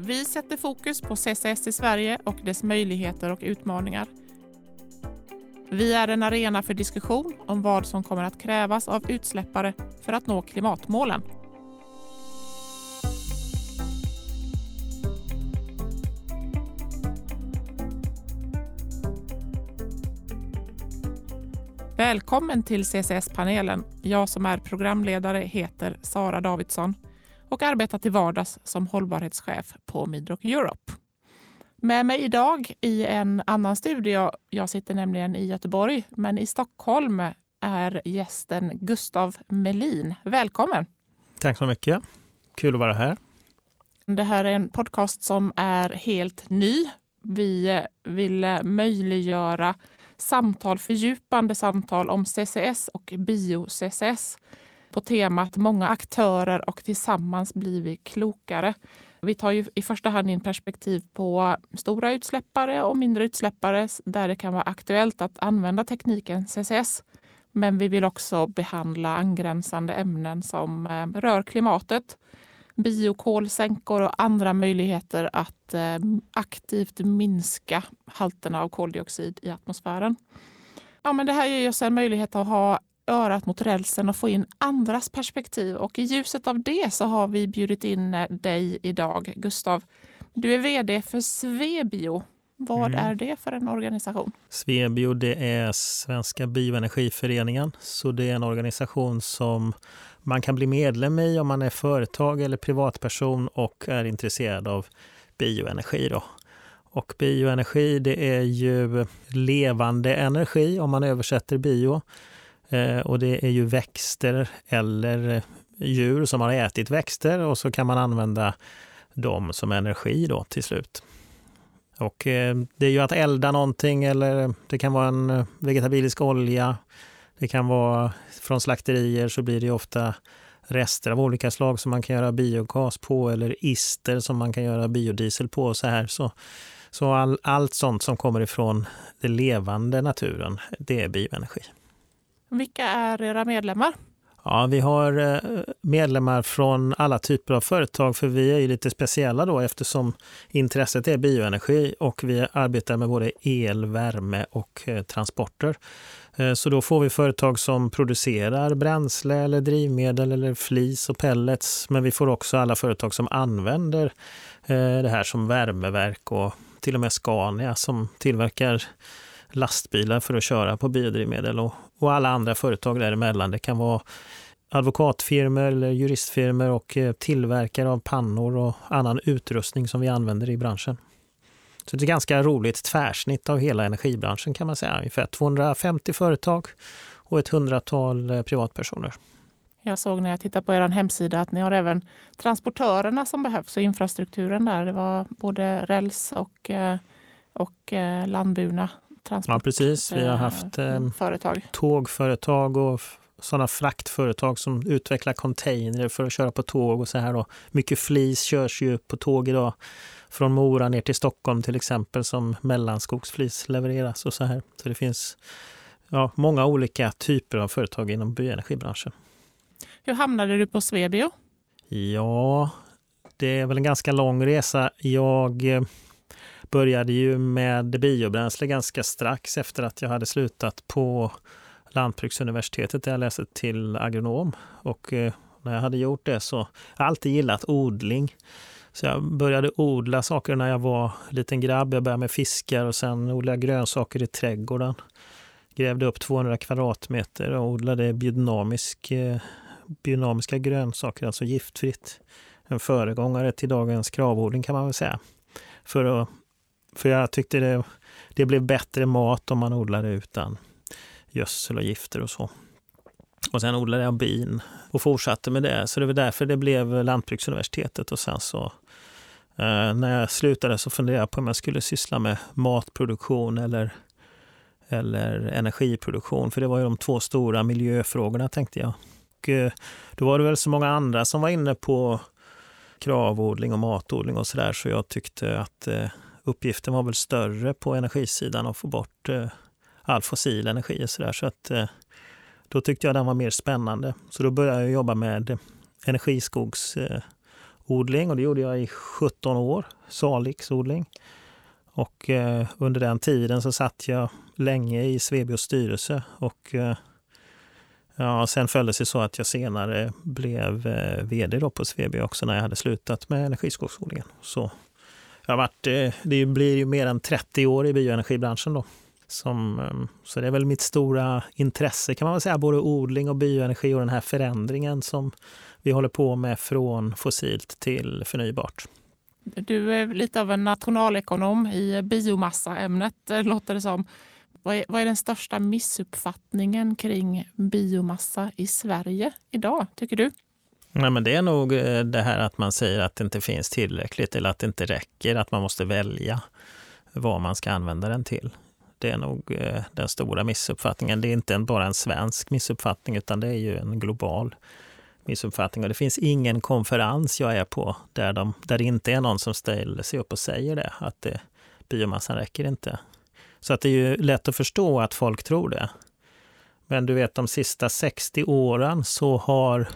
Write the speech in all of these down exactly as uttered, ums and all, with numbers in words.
Vi sätter fokus på C C S i Sverige och dess möjligheter och utmaningar. Vi är en arena för diskussion om vad som kommer att krävas av utsläppare för att nå klimatmålen. Välkommen till C C S-panelen. Jag som är programledare heter Sara Davidsson och arbetar till vardags som hållbarhetschef på Midrock Europe. Med mig idag i en annan studio, jag sitter nämligen i Göteborg, men i Stockholm är gästen Gustav Melin. Välkommen! Tack så mycket. Kul att vara här. Det här är en podcast som är helt ny. Vi vill möjliggöra samtal, fördjupande samtal om C C S och bio-C C S på temat många aktörer och tillsammans blir vi klokare. Vi tar ju i första hand in perspektiv på stora utsläppare och mindre utsläppare där det kan vara aktuellt att använda tekniken C C S. Men vi vill också behandla angränsande ämnen som rör klimatet, biokolsänkor och andra möjligheter att eh, aktivt minska halterna av koldioxid i atmosfären. Ja, men det här ger oss en möjlighet att ha örat mot rälsen och få in andras perspektiv. Och i ljuset av det så har vi bjudit in dig idag, Gustav. Du är vd för Svebio. Vad mm. är det för en organisation? Svebio, det är Svenska bioenergiföreningen. Så det är en organisation som man kan bli medlem i om man är företag eller privatperson och är intresserad av bioenergi då. Och bioenergi, det är ju levande energi om man översätter bio. Eh, och det är ju växter eller djur som har ätit växter och så kan man använda dem som energi då till slut. Och eh, det är ju att elda någonting, eller det kan vara en vegetabilisk olja. Det kan vara från slakterier, så blir det ofta rester av olika slag som man kan göra biogas på, eller ister som man kan göra biodiesel på och så här. Så, så all, allt sånt som kommer ifrån den levande naturen, det är bioenergi. Vilka är era medlemmar? Ja, vi har medlemmar från alla typer av företag, för vi är ju lite speciella då eftersom intresset är bioenergi och vi arbetar med både el, värme och transporter. Så då får vi företag som producerar bränsle eller drivmedel eller flis och pellets, men vi får också alla företag som använder det här som värmeverk och till och med Scania som tillverkar lastbilar för att köra på biodrivmedel och, och alla andra företag däremellan. Det kan vara advokatfirmor eller juristfirmor och tillverkare av pannor och annan utrustning som vi använder i branschen. Så det är ett ganska roligt tvärsnitt av hela energibranschen kan man säga. Ungefär tvåhundrafemtio företag och ett hundratal privatpersoner. Jag såg när jag tittade på er hemsida att ni har även transportörerna som behövs och infrastrukturen där. Det var både räls och, och landburna transport. Ja, precis. Vi har haft eh, företag. tågföretag och sådana fraktföretag som utvecklar container för att köra på tåg och så här då. Mycket flis körs ju på tåg idag från Mora ner till Stockholm till exempel, som mellanskogsflis levereras och så här. Så det finns ja, många olika typer av företag inom bioenergibranschen. Hur hamnade du på Svebio? Ja, det är väl en ganska lång resa. Jag eh, började ju med biobränsle ganska strax efter att jag hade slutat på Lantbruksuniversitetet där jag läste till agronom. Och eh, när jag hade gjort det så har jag alltid gillat odling. Så jag började odla saker när jag var liten grabb. Jag började med fiskar och sen odlade grönsaker i trädgården. Grävde upp tvåhundra kvadratmeter och odlade biodynamisk, eh, biodynamiska grönsaker, alltså giftfritt. En föregångare till dagens kravodling kan man väl säga. För, att, för jag tyckte det, det blev bättre mat om man odlade utan gödsel och gifter och så. Och sen odlade jag bin och fortsatte med det. Så det var därför det blev Lantbruksuniversitetet. Och sen så eh, när jag slutade så funderade jag på om jag skulle syssla med matproduktion eller, eller energiproduktion. För det var ju de två stora miljöfrågorna tänkte jag. Och eh, då var det väl så många andra som var inne på kravodling och matodling och sådär. Så jag tyckte att eh, uppgiften var väl större på energisidan att få bort eh, all fossil energi och sådär. Så att eh, då tyckte jag den var mer spännande. Så då började jag jobba med energiskogsodling odling och det gjorde jag i sjutton år, salixodling. Och eh, under den tiden så satt jag länge i Svebios styrelse och eh, ja, sen följde det sig så att jag senare blev eh, vd då på Svebio också när jag hade slutat med energiskogsodlingen. Så jag har varit, eh, det blir ju mer än trettio år i bioenergibranschen då. Som, eh, så det är väl mitt stora intresse kan man väl säga, både odling och bioenergi och den här förändringen som vi håller på med från fossilt till förnybart. Du är lite av en nationalekonom i biomassaämnet, låter det som. Vad är, vad är den största missuppfattningen kring biomassa i Sverige idag, tycker du? Nej, men det är nog det här att man säger att det inte finns tillräckligt eller att det inte räcker, att man måste välja vad man ska använda den till. Det är nog den stora missuppfattningen. Det är inte bara en svensk missuppfattning utan det är ju en global missuppfattning. Och det finns ingen konferens jag är på där, de, där det inte är någon som ställer sig upp och säger det, att det, biomassan räcker inte. Så att det är ju lätt att förstå att folk tror det. Men du vet, de sista sextio åren så har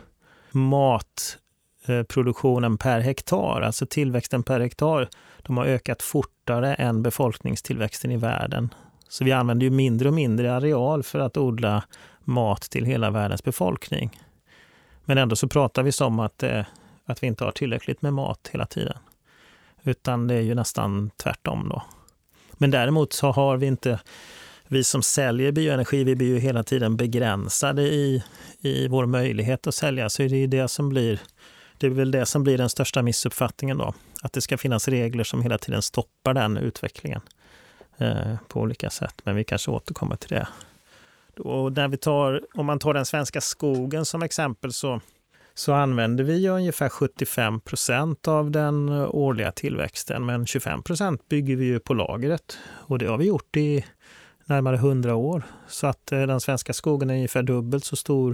matproduktionen per hektar, alltså tillväxten per hektar, de har ökat fortare än befolkningstillväxten i världen. Så vi använder ju mindre och mindre areal för att odla mat till hela världens befolkning. Men ändå så pratar vi som att, eh, att vi inte har tillräckligt med mat hela tiden. Utan det är ju nästan tvärtom då. Men däremot så har vi inte, vi som säljer bioenergi, vi blir ju hela tiden begränsade i, i vår möjlighet att sälja. Så det är det som blir, det är väl det som blir den största missuppfattningen då. Att det ska finnas regler som hela tiden stoppar den utvecklingen eh, på olika sätt. Men vi kanske återkommer till det. Och när vi tar, om man tar den svenska skogen som exempel så, så använder vi ju ungefär sjuttiofem procent av den årliga tillväxten. Men tjugofem procent bygger vi ju på lagret. Och det har vi gjort i närmare hundra år. Så att eh, den svenska skogen är ungefär dubbelt så stor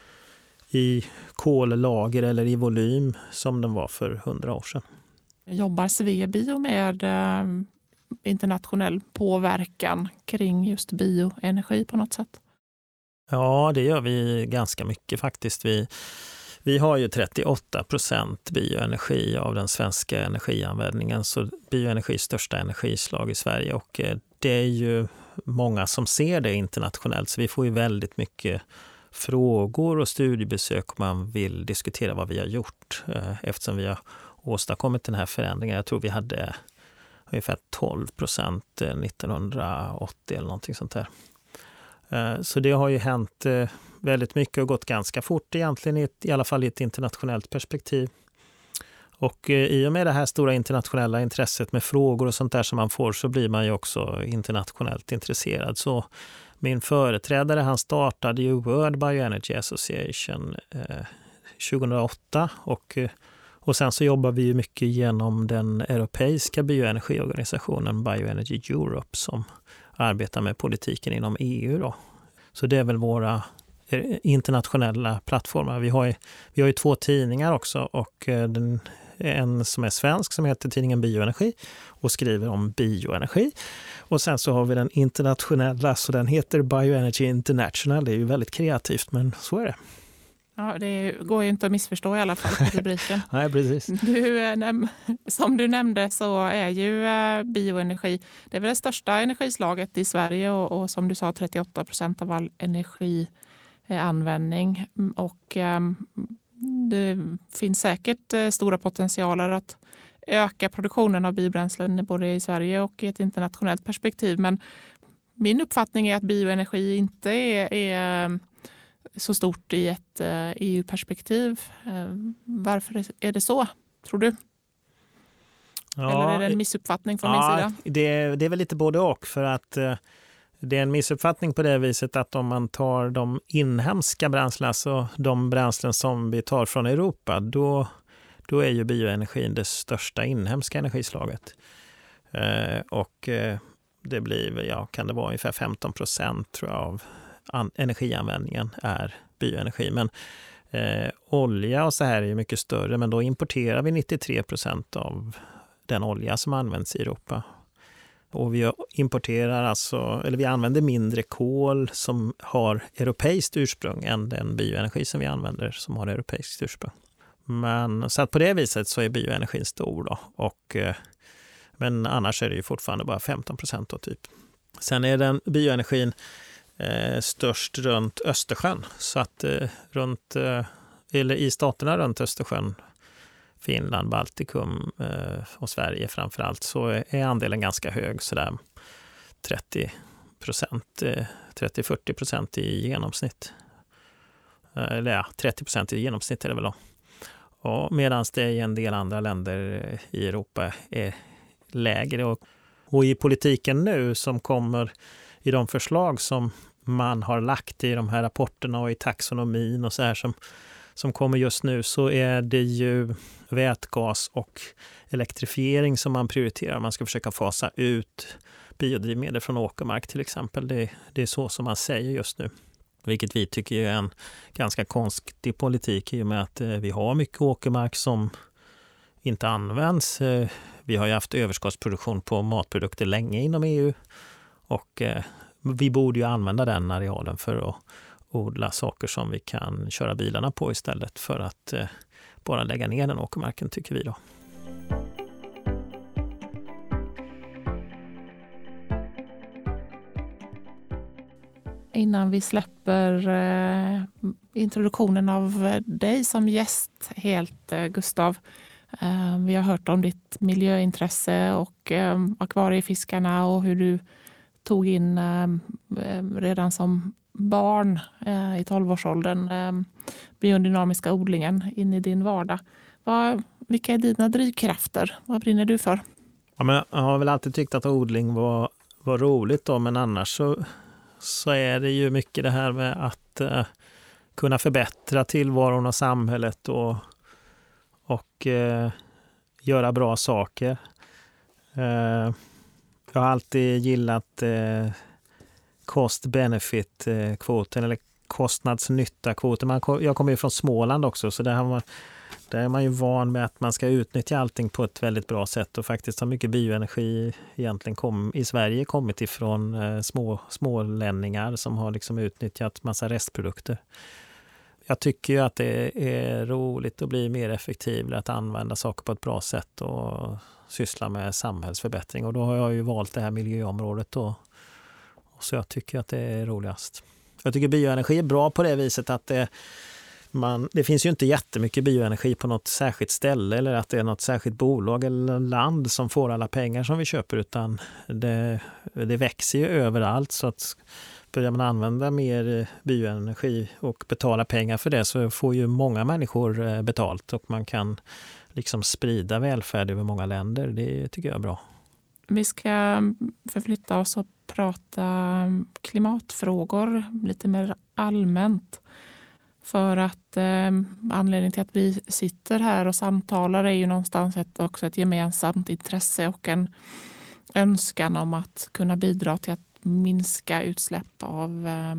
i kollager eller i volym som den var för hundra år sedan. Jobbar Svebio med eh, internationell påverkan kring just bioenergi på något sätt? Ja, det gör vi ganska mycket faktiskt. Vi, vi har ju trettioåtta procent bioenergi av den svenska energianvändningen. Så bioenergi är största energislag i Sverige och det är ju många som ser det internationellt. Så vi får ju väldigt mycket frågor och studiebesök om man vill diskutera vad vi har gjort. Eftersom vi har åstadkommit den här förändringen. Jag tror vi hade ungefär tolv procent nittonhundraåttio eller någonting sånt där. Så det har ju hänt väldigt mycket och gått ganska fort egentligen, i, ett, i alla fall i ett internationellt perspektiv. Och i och med det här stora internationella intresset med frågor och sånt där som man får så blir man ju också internationellt intresserad. Så min företrädare han startade ju World Bioenergy Association eh, tjugohundraåtta och, och sen så jobbar vi ju mycket genom den europeiska bioenergiorganisationen Bioenergy Europe som arbetar med politiken inom E U då. Så det är väl våra internationella plattformar. Vi har ju, vi har ju två tidningar också och den, en som är svensk som heter tidningen Bioenergi och skriver om bioenergi. Och sen så har vi den internationella så den heter Bioenergy International. Det är ju väldigt kreativt men så är det. Ja, det går ju inte att missförstå i alla fall på rubriken. Nej, precis. Du, som du nämnde så är ju bioenergi, det är väl det största energislaget i Sverige och, och som du sa trettioåtta procent av all energianvändning. Och um, det finns säkert stora potentialer att öka produktionen av biobränslen både i Sverige och i ett internationellt perspektiv. Men min uppfattning är att bioenergi inte är, är så stort i ett E U-perspektiv. Varför är det så, tror du? Ja, eller är det en missuppfattning från ja, min sida? Det, det är väl lite både och för att det är en missuppfattning på det viset att om man tar de inhemska bränslen, alltså de bränslen som vi tar från Europa, då, då är ju bioenergin det största inhemska energislaget. Eh, och eh, det blir, ja, kan det vara ungefär femton procent tror jag av an- energianvändningen är bioenergi. Men eh, olja och så här är ju mycket större, men då importerar vi nittiotre procent av den olja som används i Europa. Och vi importerar alltså, eller vi använder mindre kol som har europeiskt ursprung än den bioenergi som vi använder som har europeiskt ursprung. Men så att på det viset så är bioenergin stor då. Och, men annars är det ju fortfarande bara femton procent då typ. Sen är den bioenergin eh, störst runt Östersjön. Så att eh, runt, eh, eller i staterna runt Östersjön, Finland, Baltikum eh, och Sverige framförallt, så är andelen ganska hög. Sådär trettio procent, eh, trettio till fyrtio procent i genomsnitt. Eh, eller ja, trettio procent i genomsnitt är det väl då. Och medan det i en del andra länder i Europa är lägre. Och, och i politiken nu som kommer i de förslag som man har lagt i de här rapporterna och i taxonomin och så här som, som kommer just nu, så är det ju vätgas och elektrifiering som man prioriterar. Man ska försöka fasa ut biodrivmedel från åkermark till exempel. Det, det är så som man säger just nu. Vilket vi tycker är en ganska konstig politik i och med att vi har mycket åkermark som inte används. Vi har ju haft överskottsproduktion på matprodukter länge inom E U och vi borde ju använda den arealen för att odla saker som vi kan köra bilarna på istället för att bara lägga ner den åkermarken, tycker vi då. Innan vi släpper eh, introduktionen av dig som gäst helt, eh, Gustav. Eh, vi har hört om ditt miljöintresse och eh, akvariefiskarna och hur du tog in eh, redan som barn eh, i tolvårsåldern eh, biodynamiska odlingen in i din vardag. Vad, vilka är dina drivkrafter? Vad brinner du för? Ja, men jag har väl alltid tyckt att odling var, var roligt då, men annars så så är det ju mycket det här med att eh, kunna förbättra tillvaron och samhället och, och eh, göra bra saker. Eh, jag har alltid gillat eh, cost-benefit-kvoten eller kostnadsnytta-kvoten. Jag kommer ju från Småland också, så där, har man, där är man ju van med att man ska utnyttja allting på ett väldigt bra sätt, och faktiskt har mycket bioenergi egentligen kom, i Sverige kommit ifrån eh, små, smålänningar som har liksom utnyttjat massa restprodukter. Jag tycker ju att det är roligt att bli mer effektiv, att använda saker på ett bra sätt och syssla med samhällsförbättring, och då har jag ju valt det här miljöområdet då. Och så jag tycker att det är roligast. Jag tycker bioenergi är bra på det viset att det Man, det finns ju inte jättemycket bioenergi på något särskilt ställe eller att det är något särskilt bolag eller land som får alla pengar som vi köper, utan det, det växer ju överallt. Så att börjar man använda mer bioenergi och betala pengar för det, så får ju många människor betalt och man kan liksom sprida välfärd över många länder. Det tycker jag är bra. Vi ska förflytta oss och prata klimatfrågor lite mer allmänt. För att eh, anledningen till att vi sitter här och samtalar är ju någonstans ett, också ett gemensamt intresse och en önskan om att kunna bidra till att minska utsläpp av eh,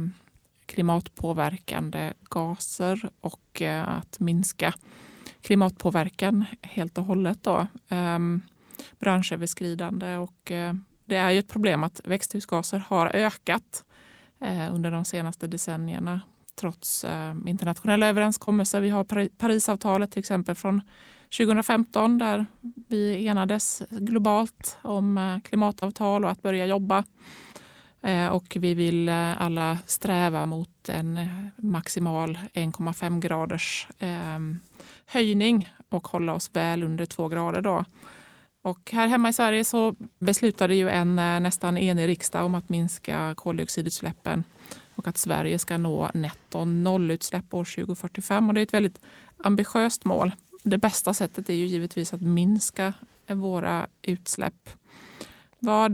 klimatpåverkande gaser och eh, att minska klimatpåverkan helt och hållet då, eh, branschöverskridande. Och eh, det är ju ett problem att växthusgaser har ökat eh, under de senaste decennierna. Trots eh, internationella överenskommelser. Vi har Parisavtalet till exempel från tjugohundrafemton där vi enades globalt om eh, klimatavtal och att börja jobba. Eh, och vi vill eh, alla sträva mot en eh, maximal en komma fem graders eh, höjning och hålla oss väl under två grader då. Och här hemma i Sverige så beslutade ju en eh, nästan enig riksdag om att minska koldioxidutsläppen och att Sverige ska nå netto nollutsläpp år tjugo fyrtiofem. Och det är ett väldigt ambitiöst mål. Det bästa sättet är ju givetvis att minska våra utsläpp. Vad,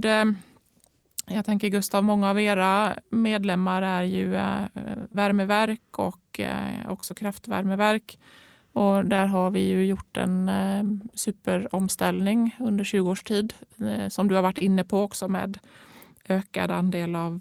jag tänker Gustav, många av era medlemmar är ju värmeverk och också kraftvärmeverk. Och där har vi ju gjort en superomställning under tjugo års tid. Som du har varit inne på också, med ökad andel av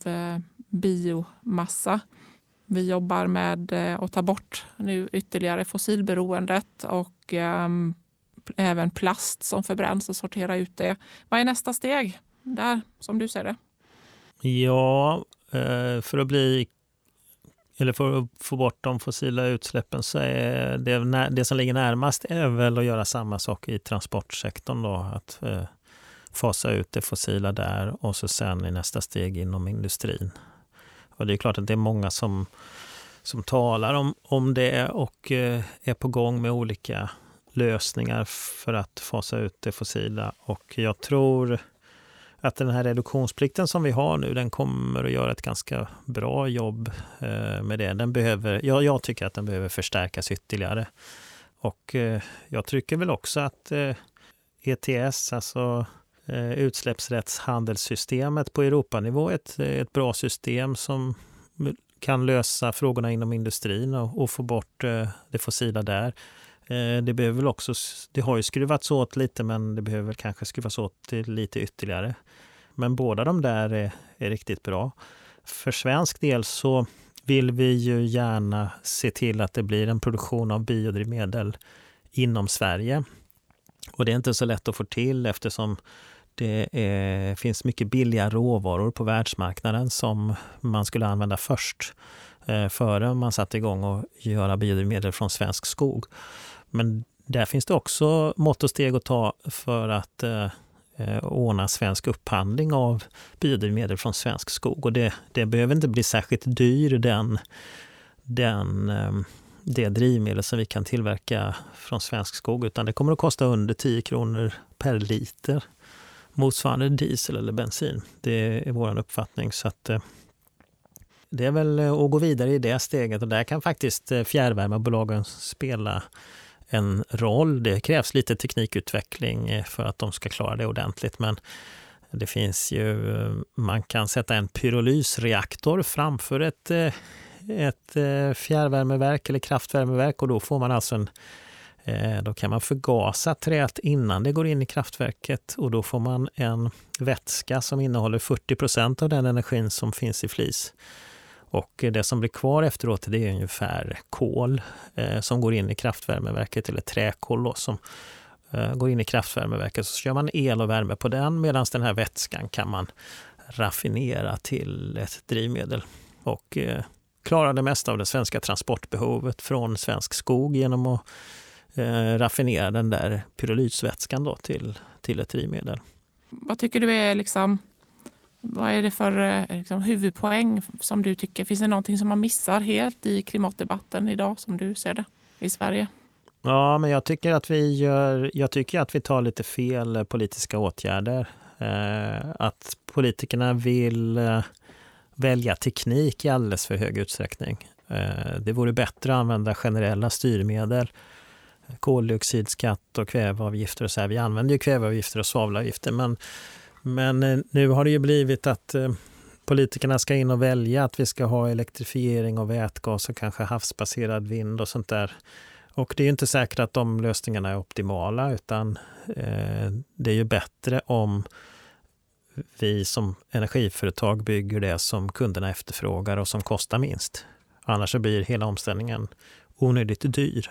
biomassa. Vi jobbar med att ta bort nu ytterligare fossilberoendet och um, även plast som förbränns och sortera ut det. Vad är nästa steg där som du ser det? Ja, för att bli eller för att få bort de fossila utsläppen, så är det, det som ligger närmast är väl att göra samma sak i transportsektorn då, att eh, fasa ut det fossila där och så sen i nästa steg inom industrin. Och det är klart att det är många som, som talar om, om det och eh, är på gång med olika lösningar för att fasa ut det fossila. Och jag tror att den här reduktionsplikten som vi har nu, den kommer att göra ett ganska bra jobb eh, med det. Den behöver, ja, jag tycker att den behöver förstärkas ytterligare. Och eh, jag tycker väl också att eh, E T S, alltså eh, utsläppsrättshandelssystemet på Europanivå, är ett, ett bra system som kan lösa frågorna inom industrin och, och få bort eh, det fossila där. Eh, det behöver väl också, det har ju skruvats åt lite, men det behöver kanske skruvas åt lite ytterligare. Men båda de där är, är riktigt bra. För svensk del så vill vi ju gärna se till att det blir en produktion av biodrivmedel inom Sverige. Och det är inte så lätt att få till eftersom det är, finns mycket billiga råvaror på världsmarknaden som man skulle använda först eh, före man satte igång och göra biodrivmedel från svensk skog. Men där finns det också mått och steg att ta för att eh, ordna svensk upphandling av biodrivmedel från svensk skog. Och det, det behöver inte bli särskilt dyr den, den, eh, det drivmedel som vi kan tillverka från svensk skog, utan det kommer att kosta under tio kronor per liter. Motsvarande diesel eller bensin. Det är vår uppfattning. Så att, eh, det är väl att gå vidare i det steget. Och där kan faktiskt fjärrvärmebolagen spela en roll. Det krävs lite teknikutveckling för att de ska klara det ordentligt. Men det finns ju, man kan sätta en pyrolysreaktor framför ett, ett fjärrvärmeverk eller kraftvärmeverk. Och då får man alltså en Då kan man förgasa träet innan det går in i kraftverket och då får man en vätska som innehåller fyrtio procent av den energin som finns i flis. Och det som blir kvar efteråt, det är ungefär kol eh, som går in i kraftvärmeverket, eller träkol då, som eh, går in i kraftvärmeverket. Så kör man el och värme på den, medan den här vätskan kan man raffinera till ett drivmedel. Och eh, klara det mesta av det svenska transportbehovet från svensk skog genom att Eh, raffinera den där pyrolysvätskan då till, till ett drivmedel. Vad tycker du är liksom, vad är det för liksom, huvudpoäng som du tycker? Finns det någonting som man missar helt i klimatdebatten idag som du ser det i Sverige? Ja, men jag tycker att vi gör, jag tycker att vi tar lite fel politiska åtgärder. Eh, att politikerna vill eh, välja teknik i alldeles för hög utsträckning. Eh, det vore bättre att använda generella styrmedel, koldioxidskatt och kväveavgifter och så här. Vi använder ju kväveavgifter och svavelavgifter, men, men nu har det ju blivit att eh, politikerna ska in och välja att vi ska ha elektrifiering och vätgas och kanske havsbaserad vind och sånt där. Och det är ju inte säkert att de lösningarna är optimala, utan eh, det är ju bättre om vi som energiföretag bygger det som kunderna efterfrågar och som kostar minst. Annars så blir hela omställningen onödigt dyr.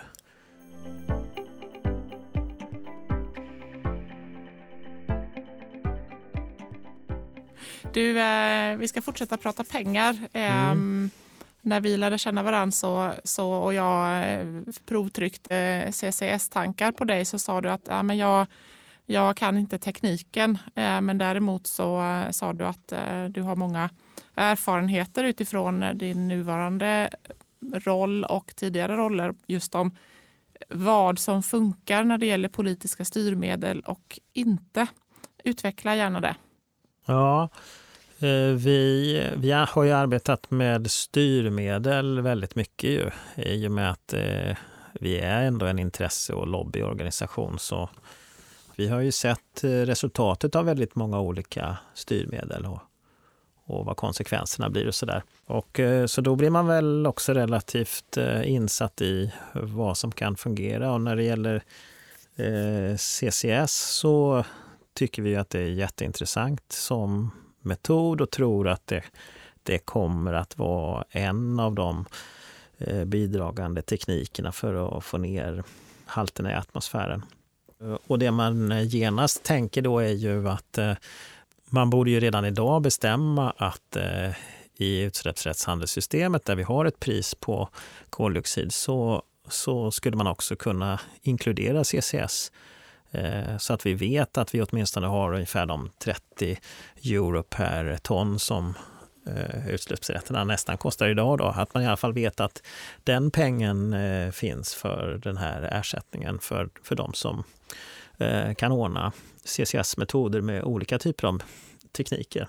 Du, eh, vi ska fortsätta prata pengar. Eh, mm. När vi lärde känna varandra så, så, och jag eh, provtryckte eh, C C S-tankar på dig, så sa du att ja, men jag, jag kan inte tekniken. Eh, men däremot så eh, sa du att eh, du har många erfarenheter utifrån din nuvarande roll och tidigare roller just om vad som funkar när det gäller politiska styrmedel och inte. Utveckla gärna det. Ja, vi, vi har ju arbetat med styrmedel väldigt mycket ju, i och med att eh, vi är ändå en intresse- och lobbyorganisation, så vi har ju sett resultatet av väldigt många olika styrmedel och, och vad konsekvenserna blir och sådär. Och eh, så då blir man väl också relativt eh, insatt i vad som kan fungera, och när det gäller eh, C C S så tycker vi att det är jätteintressant som metod och tror att det, det kommer att vara en av de eh, bidragande teknikerna för att få ner halterna i atmosfären. Och det man genast tänker då är ju att eh, man borde ju redan idag bestämma att eh, i utsläppsrättshandelssystemet där vi har ett pris på koldioxid så, så skulle man också kunna inkludera C C S. Eh, så att vi vet att vi åtminstone har ungefär de trettio euro per ton som eh, utsläppsrätterna nästan kostar idag. Då. Att man i alla fall vet att den pengen eh, finns för den här ersättningen för, för de som eh, kan ordna C C S-metoder med olika typer av tekniker.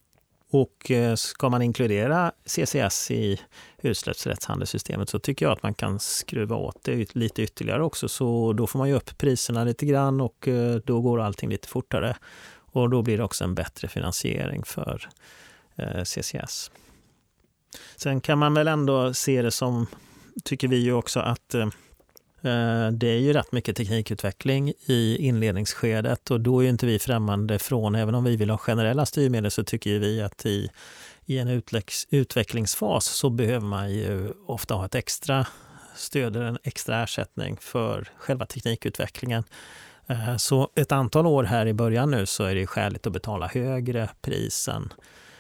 Och ska man inkludera C C S i utsläppsrättshandelssystemet så tycker jag att man kan skruva åt det lite ytterligare också. Så då får man ju upp priserna lite grann och då går allting lite fortare. Och då blir det också en bättre finansiering för C C S. Sen kan man väl ändå se det som, tycker vi ju också, att det är ju rätt mycket teknikutveckling i inledningsskedet och då är ju inte vi främmande från, även om vi vill ha generella styrmedel så tycker vi att i, i en utläx, utvecklingsfas så behöver man ju ofta ha ett extra stöd, en extra ersättning för själva teknikutvecklingen. Så ett antal år här i början nu så är det skäligt att betala högre pris än,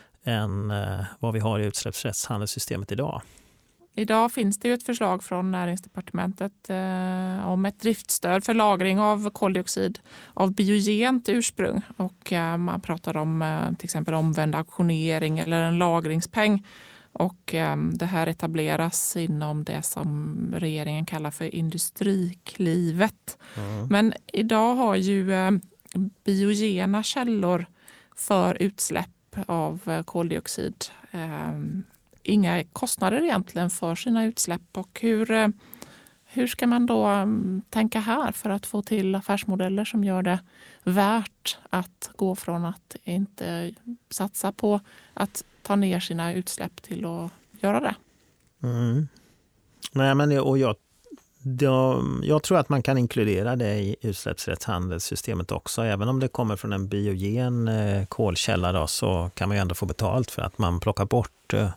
än vad vi har i utsläppsrättshandelssystemet idag. Idag finns det ju ett förslag från Näringsdepartementet eh, om ett driftstöd för lagring av koldioxid av biogent ursprung. Och eh, man pratar om eh, till exempel omvänd auktionering eller en lagringspeng. Och eh, det här etableras inom det som regeringen kallar för industriklivet. Mm. Men idag har ju eh, biogena källor för utsläpp av eh, koldioxid eh, inga kostnader egentligen för sina utsläpp. Och hur, hur ska man då tänka här för att få till affärsmodeller som gör det värt att gå från att inte satsa på att ta ner sina utsläpp till att göra det? Mm. Nej, men och jag, då, jag tror att man kan inkludera det i utsläppsrättshandelssystemet också. Även om det kommer från en biogen eh, kolkälla då, så kan man ju ändå få betalt för att man plockar bort eh,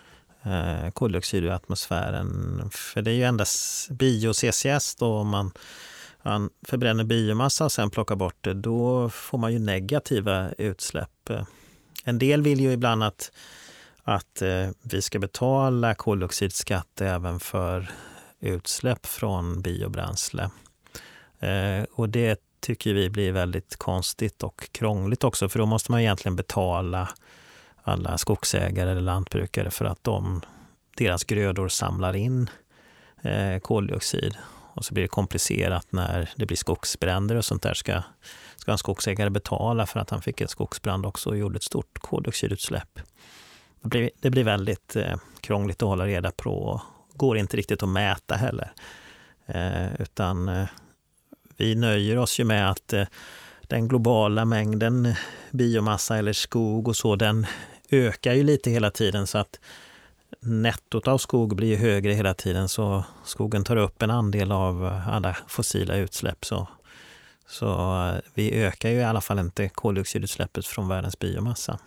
koldioxid i atmosfären. För det är ju endast bio-C C S då, om man, man förbränner biomassa och sen plockar bort det, då får man ju negativa utsläpp. En del vill ju ibland att, att vi ska betala koldioxidskatt även för utsläpp från biobränsle. Och det tycker vi blir väldigt konstigt och krångligt också, för då måste man egentligen betala alla skogsägare eller lantbrukare för att de, deras grödor samlar in eh, koldioxid. Och så blir det komplicerat när det blir skogsbränder och sånt där. Ska, ska en skogsägare betala för att han fick en skogsbrand också och gjorde ett stort koldioxidutsläpp. Det blir, det blir väldigt eh, krångligt att hålla reda på och går inte riktigt att mäta heller. Eh, utan eh, vi nöjer oss ju med att eh, den globala mängden biomassa eller skog och så, den ökar ju lite hela tiden, så att nettot av skog blir högre hela tiden, så skogen tar upp en andel av alla fossila utsläpp. Så, så vi ökar ju i alla fall inte koldioxidutsläppet från världens biomassa.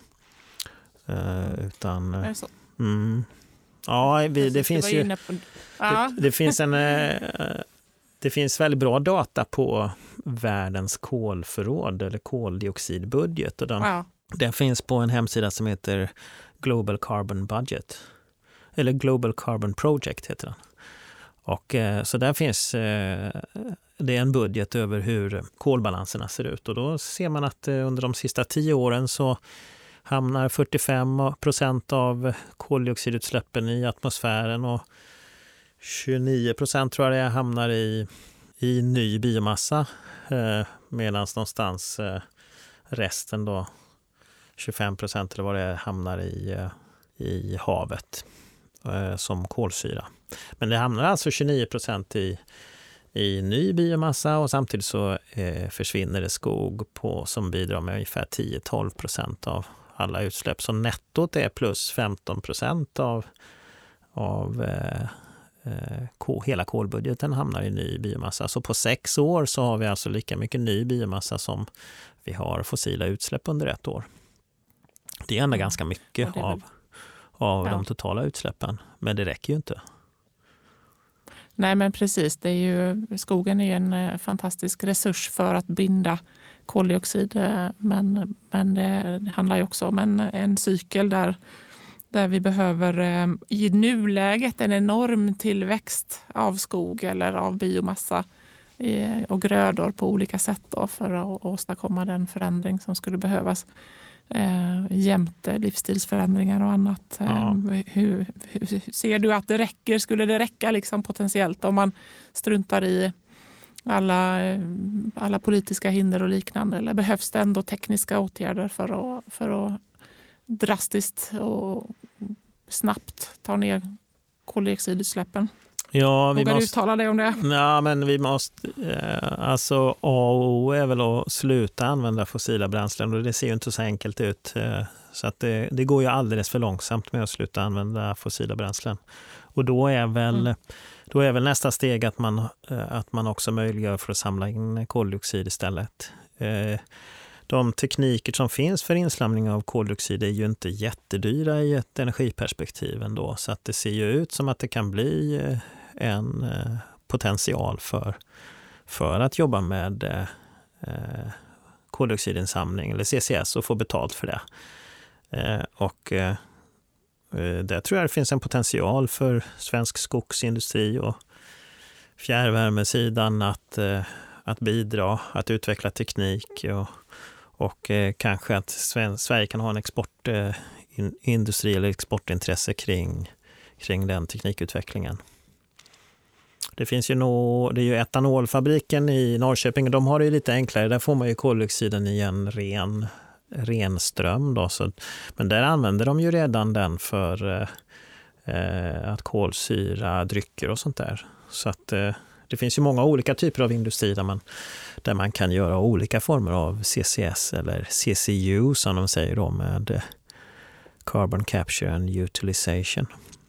Uh, utan, är det så? Mm, ja, vi, det finns ju på, ja. det, det finns en uh, det finns väldigt bra data på världens kolförråd eller koldioxidbudget, och den, ja. den finns på en hemsida som heter Global Carbon Budget, eller Global Carbon Project heter den. Och eh, så där finns eh, det är en budget över hur kolbalanserna ser ut, och då ser man att eh, under de sista tio åren så hamnar fyrtiofem procent av koldioxidutsläppen i atmosfären och tjugonio procent tror jag det hamnar i, i ny biomassa, eh, medan någonstans eh, resten då, tjugofem procent eller vad det är, hamnar i, eh, i havet eh, som kolsyra. Men det hamnar alltså tjugonio procent i, i ny biomassa, och samtidigt så eh, försvinner det skog på, som bidrar med ungefär tio till tolv procent av alla utsläpp. Så nettot är plus femton procent av, av eh, eh, hela kolbudgeten hamnar i ny biomassa. Så på sex år så har vi alltså lika mycket ny biomassa som vi har fossila utsläpp under ett år. Det är ändå ganska mycket väl... av, av ja. de totala utsläppen, men det räcker ju inte. Nej, men precis. Det är ju, skogen är en fantastisk resurs för att binda koldioxid, men, men det handlar ju också om en, en cykel där där vi behöver eh, i nuläget en enorm tillväxt av skog eller av biomassa eh, och grödor på olika sätt då, för att åstadkomma den förändring som skulle behövas. Eh, jämte livsstilsförändringar och annat. Ja. Eh, hur, hur ser du att det räcker? Skulle det räcka liksom potentiellt om man struntar i alla, alla politiska hinder och liknande? Eller behövs det ändå tekniska åtgärder för att, för att drastiskt och snabbt ta ner koldioxidutsläppen? Ja, vi Vågar måste du uttala dig om det? Ja, men vi måste, eh, alltså A och O är väl att sluta använda fossila bränslen, och det ser ju inte så enkelt ut. Eh, så att det, det går ju alldeles för långsamt med att sluta använda fossila bränslen. Och då är väl, mm. då är väl nästa steg att man, eh, att man också möjliggör för att samla in koldioxid istället. Eh, de tekniker som finns för insamling av koldioxid är ju inte jättedyra i ett energiperspektiv ändå, så att det ser ju ut som att det kan bli eh, en eh, potential för, för att jobba med eh, koldioxidinsamling eller C C S och få betalt för det. Eh, och eh, där tror jag det finns en potential för svensk skogsindustri och fjärrvärmesidan att, eh, att bidra, att utveckla teknik och, och eh, kanske att Sverige kan ha en exportindustri eh, eller exportintresse kring, kring den teknikutvecklingen. Det finns ju no, det är ju etanolfabriken i Norrköping, och de har det ju lite enklare. Där får man ju koldioxiden i en ren, ren ström. Då, så, men där använder de ju redan den för eh, att kolsyra drycker och sånt där. Så att eh, det finns ju många olika typer av industri där man, där man kan göra olika former av C C S eller C C U som de säger då, med Carbon Capture and Utilization.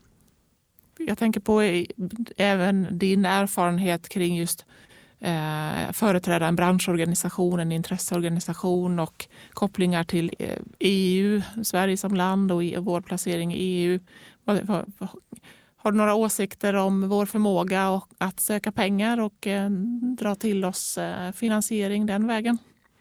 Jag tänker på även din erfarenhet kring just eh, företräda en branschorganisation, en intresseorganisation och kopplingar till E U, Sverige som land och vår placering i E U. Har du några åsikter om vår förmåga att söka pengar och eh, dra till oss eh, finansiering den vägen?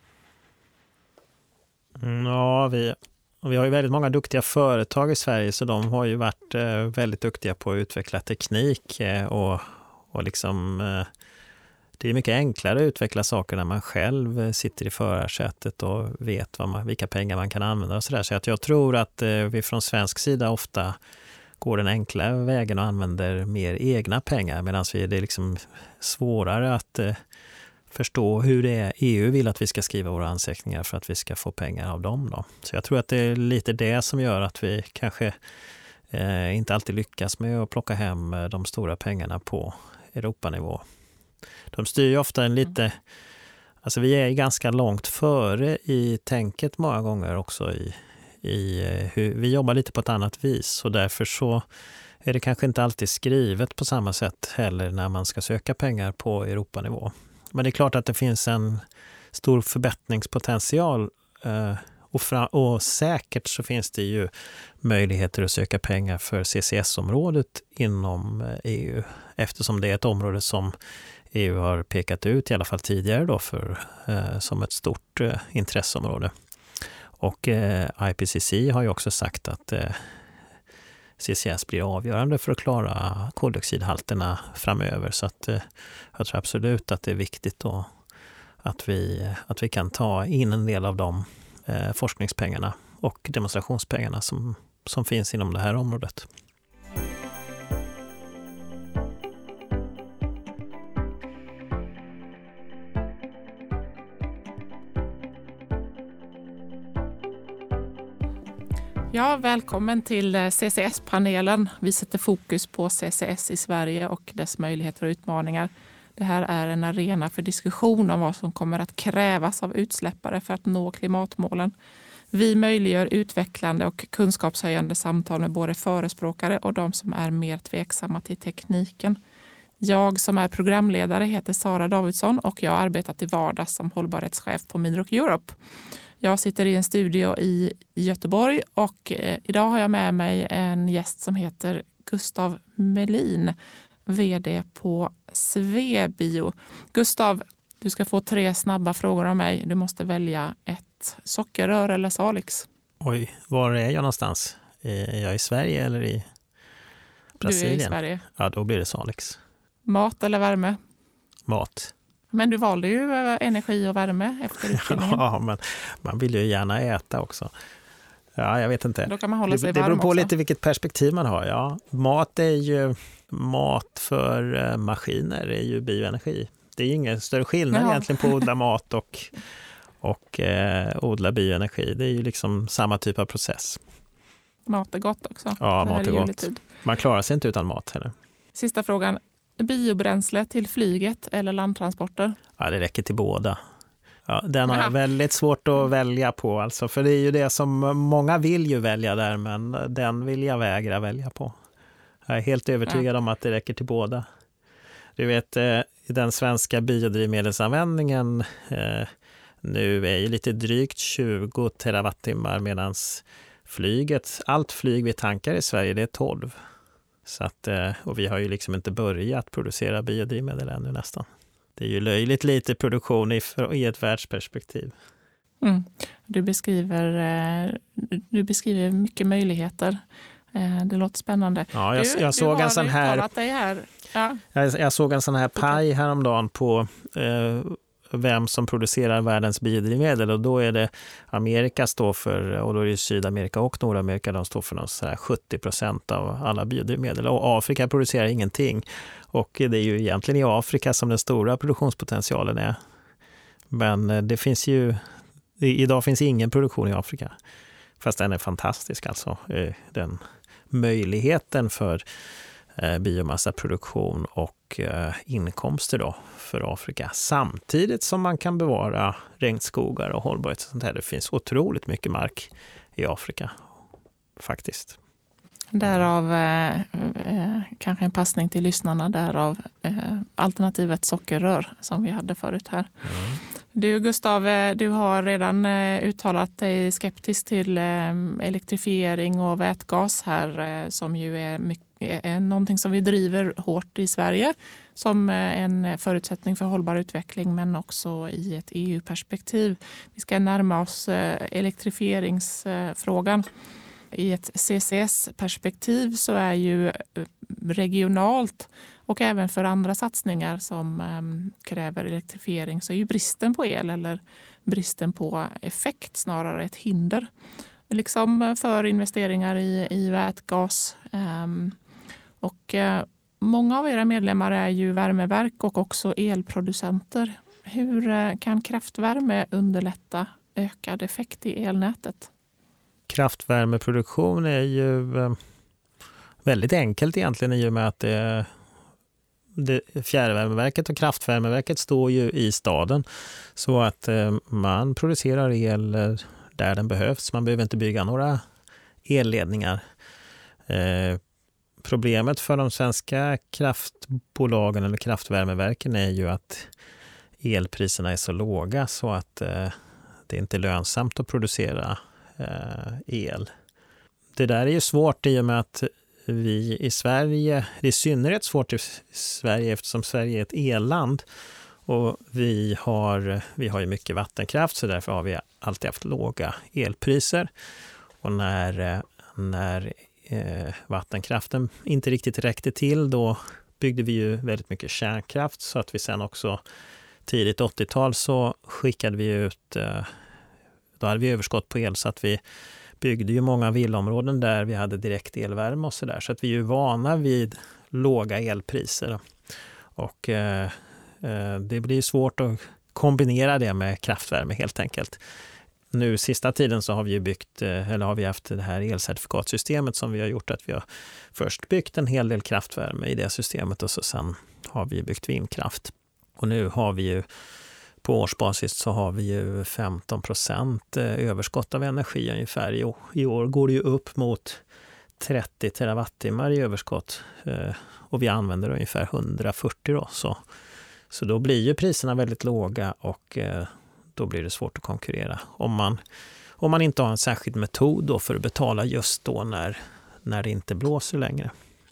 Ja, vi... Och vi har ju väldigt många duktiga företag i Sverige, så de har ju varit eh, väldigt duktiga på att utveckla teknik eh, och, och liksom, eh, det är mycket enklare att utveckla saker när man själv sitter i förarsätet och vet vad man, vilka pengar man kan använda och sådär. Så att jag tror att eh, vi från svensk sida ofta går den enkla vägen och använder mer egna pengar, medan vi, det är liksom svårare att eh, förstå hur det är E U vill att vi ska skriva våra ansökningar för att vi ska få pengar av dem då. Så jag tror att det är lite det som gör att vi kanske eh, inte alltid lyckas med att plocka hem de stora pengarna på Europanivå. De styr ju ofta en lite, alltså vi är ganska långt före i tänket många gånger också i, i hur vi jobbar lite på ett annat vis, och därför så är det kanske inte alltid skrivet på samma sätt heller när man ska söka pengar på Europanivå. Men det är klart att det finns en stor förbättringspotential eh, och, fra, och säkert så finns det ju möjligheter att söka pengar för C C S-området inom E U, eftersom det är ett område som E U har pekat ut i alla fall tidigare då för, eh, som ett stort eh, intresseområde. Och eh, I P C C har ju också sagt att eh, C C S blir avgörande för att klara koldioxidhalterna framöver. Så att, eh, jag tror absolut att det är viktigt då att vi, att vi kan ta in en del av de eh, forskningspengarna och demonstrationspengarna som, som finns inom det här området. Ja, välkommen till C C S-panelen. Vi sätter fokus på C C S i Sverige och dess möjligheter och utmaningar. Det här är en arena för diskussion om vad som kommer att krävas av utsläppare för att nå klimatmålen. Vi möjliggör utvecklande och kunskapshöjande samtal med både förespråkare och de som är mer tveksamma till tekniken. Jag som är programledare heter Sara Davidsson och jag har arbetat i vardags som hållbarhetschef på Midrock Europe. Jag sitter i en studio i Göteborg och eh, idag har jag med mig en gäst som heter Gustav Melin, vd på Svebio. Gustav, du ska få tre snabba frågor av mig. Du måste välja ett sockerrör eller Salix. Oj, var är jag någonstans? Är jag i Sverige eller i Brasilien? Du är i Sverige. Ja, då blir det Salix. Mat eller värme? Mat. Men du valde ju energi och värme efter utbildningen. Ja, men man vill ju gärna äta också. Ja, jag vet inte. Då kan man hålla sig det, det beror på också. lite vilket perspektiv man har. Ja, mat är ju mat för maskiner, är ju bioenergi. Det är ju ingen större skillnad Jaha. egentligen på att odla mat och, och eh, odla bioenergi. Det är ju liksom samma typ av process. Mat är gott också. Ja, Det här mat är är gott. juletid. Man klarar sig inte utan mat heller. Sista frågan. Biobränsle till flyget eller landtransporter? Ja, det räcker till båda. Ja, den har Ja. jag väldigt svårt att välja på. Alltså, för det är ju det som många vill ju välja där, men den vill jag vägra välja på. Jag är helt övertygad Ja. om att det räcker till båda. Du vet, eh, den svenska biodrivmedelsanvändningen eh, nu är ju lite drygt tjugo terawattimmar, medan flyget, allt flyg vi tankar i Sverige, det är tolv. Så att, eh, och vi har ju liksom inte börjat producera biodrivmedel ännu nästan. Det är ju löjligt lite produktion i, i ett världsperspektiv. Mm. Du, beskriver, eh, du beskriver mycket möjligheter. Eh, det låter spännande. Ja, jag, du, jag, såg du en sån här, dig här. Ja. jag, jag såg en sån här paj häromdagen på eh, vem som producerar världens biodrivmedel, och då är det Amerika står för, och då är det Sydamerika och Nordamerika, de står för någon så här sjuttio procent av alla biodrivmedel, och Afrika producerar ingenting, och det är ju egentligen i Afrika som den stora produktionspotentialen är. Men det finns ju, idag finns ingen produktion i Afrika, fast den är fantastisk alltså, den möjligheten för biomassaproduktion och inkomster då för Afrika, samtidigt som man kan bevara regnskogar och hållbarhet och sånt här. Det finns otroligt mycket mark i Afrika faktiskt. Därav eh, eh, kanske en passning till lyssnarna, därav eh, alternativet sockerrör som vi hade förut här. Mm. Du Gustav, du har redan eh, uttalat dig skeptisk till eh, elektrifiering och vätgas här, eh, som ju är, mycket, är någonting som vi driver hårt i Sverige som en förutsättning för hållbar utveckling, men också i ett E U-perspektiv. Vi ska närma oss eh, elektrifieringsfrågan. I ett C C S-perspektiv så är ju regionalt och även för andra satsningar som um, kräver elektrifiering, så är ju bristen på el eller bristen på effekt snarare ett hinder. Liksom för investeringar i, i vätgas. Um, och uh, många av era medlemmar är ju värmeverk och också elproducenter. Hur uh, kan kraftvärme underlätta ökad effekt i elnätet? Kraftvärmeproduktion är ju eh, väldigt enkelt egentligen, i och med att det, det, fjärrvärmeverket och kraftvärmeverket står ju i staden, så att eh, man producerar el där den behövs. Man behöver inte bygga några elledningar. Eh, problemet för de svenska kraftbolagen eller kraftvärmeverken är ju att elpriserna är så låga så att eh, det är inte lönsamt att producera el. Det där är ju svårt i och med att vi i Sverige, det är i synnerhet svårt i Sverige eftersom Sverige är ett elland, och vi har, vi har ju mycket vattenkraft, så därför har vi alltid haft låga elpriser. Och när, när eh, vattenkraften inte riktigt räckte till, då byggde vi ju väldigt mycket kärnkraft, så att vi sen också tidigt åttiotal så skickade vi ut eh, Då hade vi överskott på el, så att vi byggde ju många villaområden där vi hade direkt elvärme och så där. Så att vi är ju vana vid låga elpriser. Och eh, det blir svårt att kombinera det med kraftvärme helt enkelt. Nu sista tiden så har vi ju byggt, eller har vi haft det här elcertifikatsystemet som vi har gjort att vi har först byggt en hel del kraftvärme i det systemet, och så sen har vi byggt vindkraft. Och nu har vi ju på årsbasis så har vi ju femton procent överskott av energi ungefär. I år går det ju upp mot trettio terawattimmar i överskott, och vi använder ungefär hundrafyrtio då. Så, så då blir ju priserna väldigt låga, och då blir det svårt att konkurrera. Om man, om man inte har en särskild metod då för att betala just då när, när det inte blåser längre.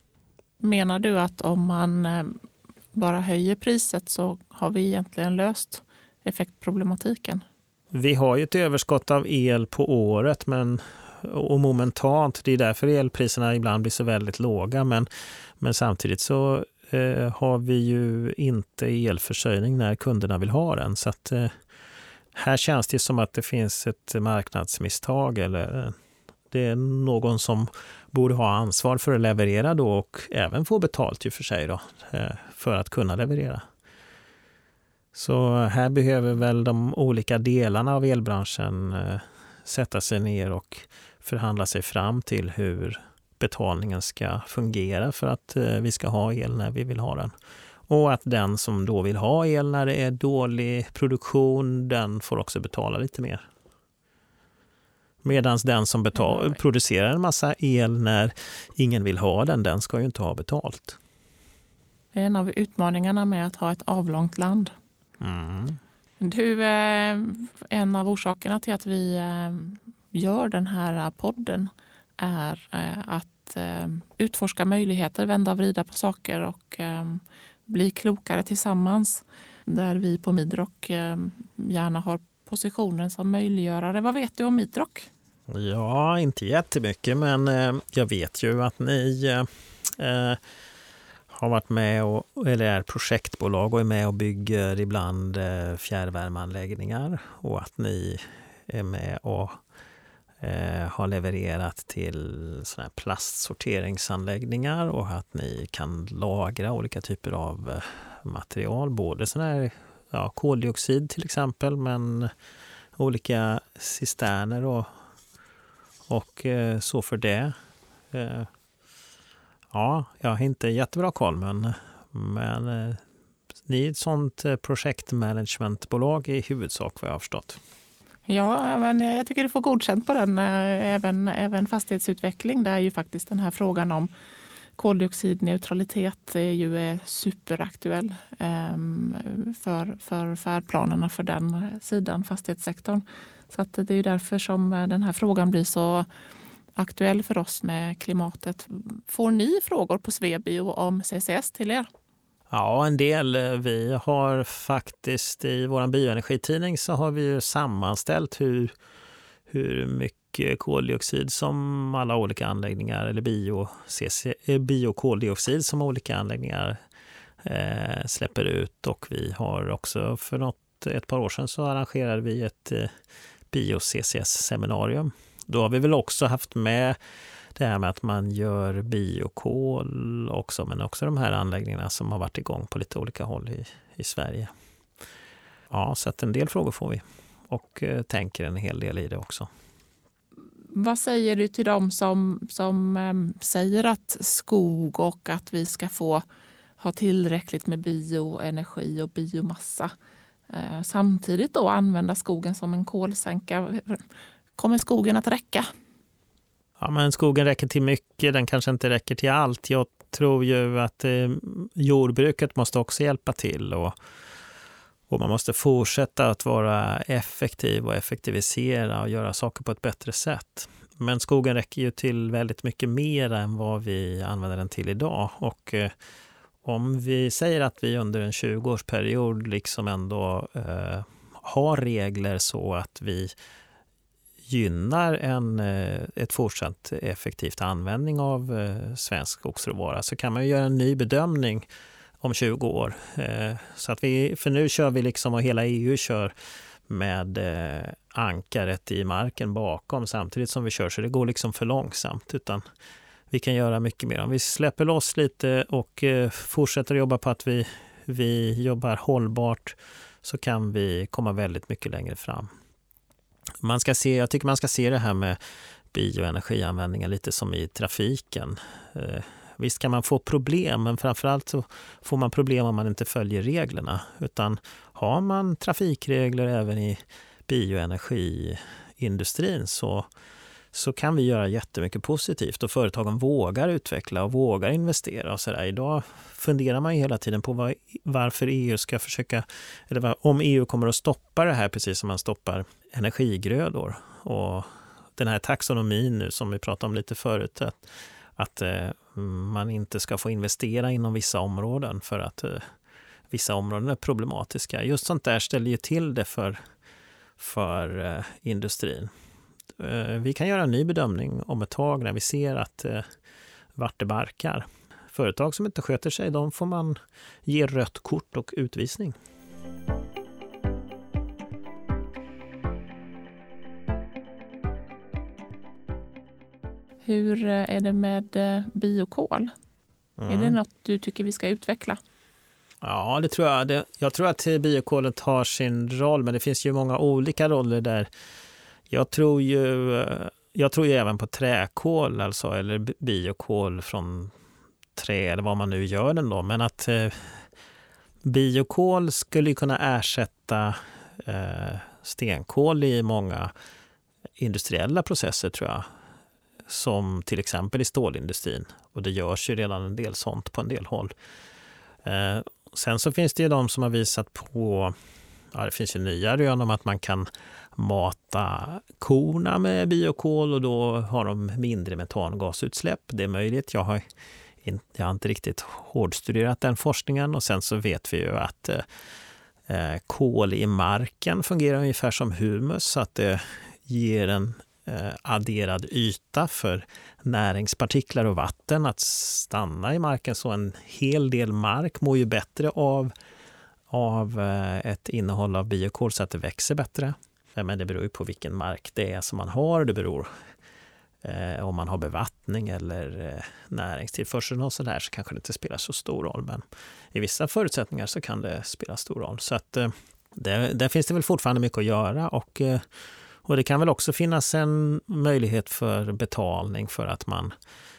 Menar du att om man bara höjer priset så har vi egentligen löst effektproblematiken? Vi har ju ett överskott av el på året, men och momentant. Det är därför elpriserna ibland blir så väldigt låga. Men, men samtidigt så eh, har vi ju inte elförsörjning när kunderna vill ha den. Så att, eh, här känns det som att det finns ett marknadsmisstag eller det är någon som borde ha ansvar för att leverera då och även få betalt ju för sig då, för att kunna leverera. Så här behöver väl de olika delarna av elbranschen sätta sig ner och förhandla sig fram till hur betalningen ska fungera för att vi ska ha el när vi vill ha den. Och att den som då vill ha el när det är dålig produktion, den får också betala lite mer. Medan den som betal, producerar en massa el när ingen vill ha den, den ska ju inte ha betalt. Det är en av utmaningarna med att ha ett avlångt land. Mm. Du, en av orsakerna till att vi gör den här podden är att utforska möjligheter, vända och vrida på saker och bli klokare tillsammans. Där vi på Midrock gärna har positionen som möjliggörare. Vad vet du om Midrock? Ja, inte jättemycket, men eh, jag vet ju att ni eh, har varit med och, eller är projektbolag och är med och bygger ibland eh, fjärrvärmeanläggningar och att ni är med och eh, har levererat till såna här plastsorteringsanläggningar och att ni kan lagra olika typer av eh, material, både såna här ja, koldioxid till exempel, men olika cisterner och, och eh, så för det. Eh, ja, jag har inte jättebra koll, men, men eh, ni är ett sånt eh, projektmanagementbolag i huvudsak vad jag har förstått. Ja, men jag tycker du får godkänt på den. Även, även fastighetsutveckling, där är ju faktiskt den här frågan om koldioxidneutralitet är ju superaktuell för, för färdplanerna för den sidan, fastighetssektorn. Så att det är ju därför som den här frågan blir så aktuell för oss med klimatet. Får ni frågor på Svebio om C C S till er? Ja, en del. Vi har faktiskt i vår bioenergitidning så har vi ju sammanställt hur, hur mycket koldioxid som alla olika anläggningar eller bio, biokoldioxid som olika anläggningar eh, släpper ut. Och vi har också för något, ett par år sedan så arrangerade vi ett eh, bio-C C S-seminarium. Då har vi väl också haft med det här med att man gör biokol också, men också de här anläggningarna som har varit igång på lite olika håll i, i Sverige. Ja, så att en del frågor får vi och eh, tänker en hel del i det också. Vad säger du till dem som, som eh, säger att skog och att vi ska få ha tillräckligt med bioenergi och biomassa eh, samtidigt då använda skogen som en kolsänka? Kommer skogen att räcka? Ja, men skogen räcker till mycket, den kanske inte räcker till allt. Jag tror ju att eh, jordbruket måste också hjälpa till och, och man måste fortsätta att vara effektiv och effektivisera och göra saker på ett bättre sätt. Men skogen räcker ju till väldigt mycket mer än vad vi använder den till idag. Och eh, om vi säger att vi under en tjugo-årsperiod liksom ändå eh, har regler så att vi gynnar en, ett fortsatt effektivt användning av svensk skogsråvara, så kan man ju göra en ny bedömning om tjugo år. Så att vi, för nu kör vi liksom och hela E U kör med ankaret i marken bakom samtidigt som vi kör, så det går liksom för långsamt, utan vi kan göra mycket mer. Om vi släpper loss lite och fortsätter jobba på att vi, vi jobbar hållbart, så kan vi komma väldigt mycket längre fram. Man ska se, jag tycker man ska se det här med bioenergianvändningen lite som i trafiken. Eh, visst kan man få problem, men framförallt så får man problem om man inte följer reglerna. Utan har man trafikregler även i bioenergiindustrin så, så kan vi göra jättemycket positivt. Och företagen vågar utveckla och vågar investera. Och så där. Idag funderar man ju hela tiden på var, varför E U ska försöka, eller var, om E U kommer att stoppa det här precis som man stoppar energigrödor. Och den här taxonomin nu som vi pratade om lite förut, att, att eh, man inte ska få investera inom vissa områden för att eh, vissa områden är problematiska. Just sånt där ställer ju till det för, för eh, industrin. vi kan göra en ny bedömning om ett tag när vi ser att vart det barkar. Företag som inte sköter sig, de får man ge rött kort och utvisning. Hur är det med biokol? Mm. Är det något du tycker vi ska utveckla? Ja, det tror jag. Det, jag tror att biokolet har sin roll, men det finns ju många olika roller där. Jag tror ju, jag tror ju även på träkol, alltså, eller biokol från trä, eller vad man nu gör den då. Men att eh, biokol skulle kunna ersätta eh, stenkol i många industriella processer, tror jag. Som till exempel i stålindustrin. Och det görs ju redan en del sånt på en del håll. Eh, sen så finns det ju de som har visat på, ja, det finns ju nya rön om att man kan mata korna med biokol och då har de mindre metangasutsläpp. Det är möjligt. Jag har, in, jag har inte riktigt hårdstuderat den forskningen, och sen så vet vi ju att eh, kol i marken fungerar ungefär som humus, så att det ger en adderad yta för näringspartiklar och vatten att stanna i marken, så en hel del mark mår ju bättre av, av ett innehåll av biokol så att det växer bättre. Men det beror ju på vilken mark det är som man har. Det beror eh, om man har bevattning eller eh, näringstillförsel och så där, så kanske det inte spelar så stor roll, men i vissa förutsättningar så kan det spela stor roll. Så att eh, det, där finns det väl fortfarande mycket att göra, och eh, Och det kan väl också finnas en möjlighet för betalning för att man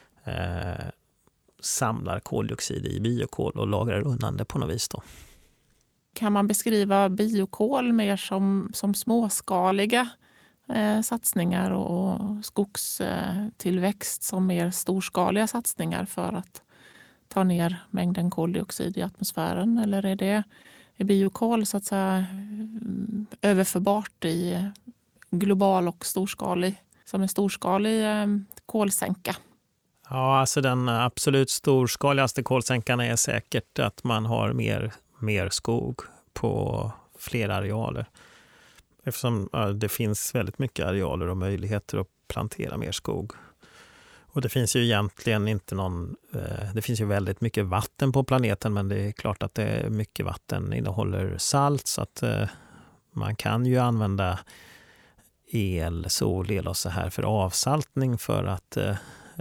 eh, samlar koldioxid i biokol och lagrar undan det på något vis då. Kan man beskriva biokol mer som, som småskaliga eh, satsningar och skogstillväxt som mer storskaliga satsningar för att ta ner mängden koldioxid i atmosfären? Eller är det är biokol så att säga överförbart i global och storskalig, som en storskalig eh, kolsänka? Ja, alltså den absolut storskaligaste kolsänkan är säkert att man har mer, mer skog på fler arealer. Eftersom ja, det finns väldigt mycket arealer och möjligheter att plantera mer skog. Och det finns ju egentligen inte någon, eh, det finns ju väldigt mycket vatten på planeten, men det är klart att det är mycket vatten innehåller salt, så att eh, man kan ju använda el, solel och så här för avsaltning för att eh,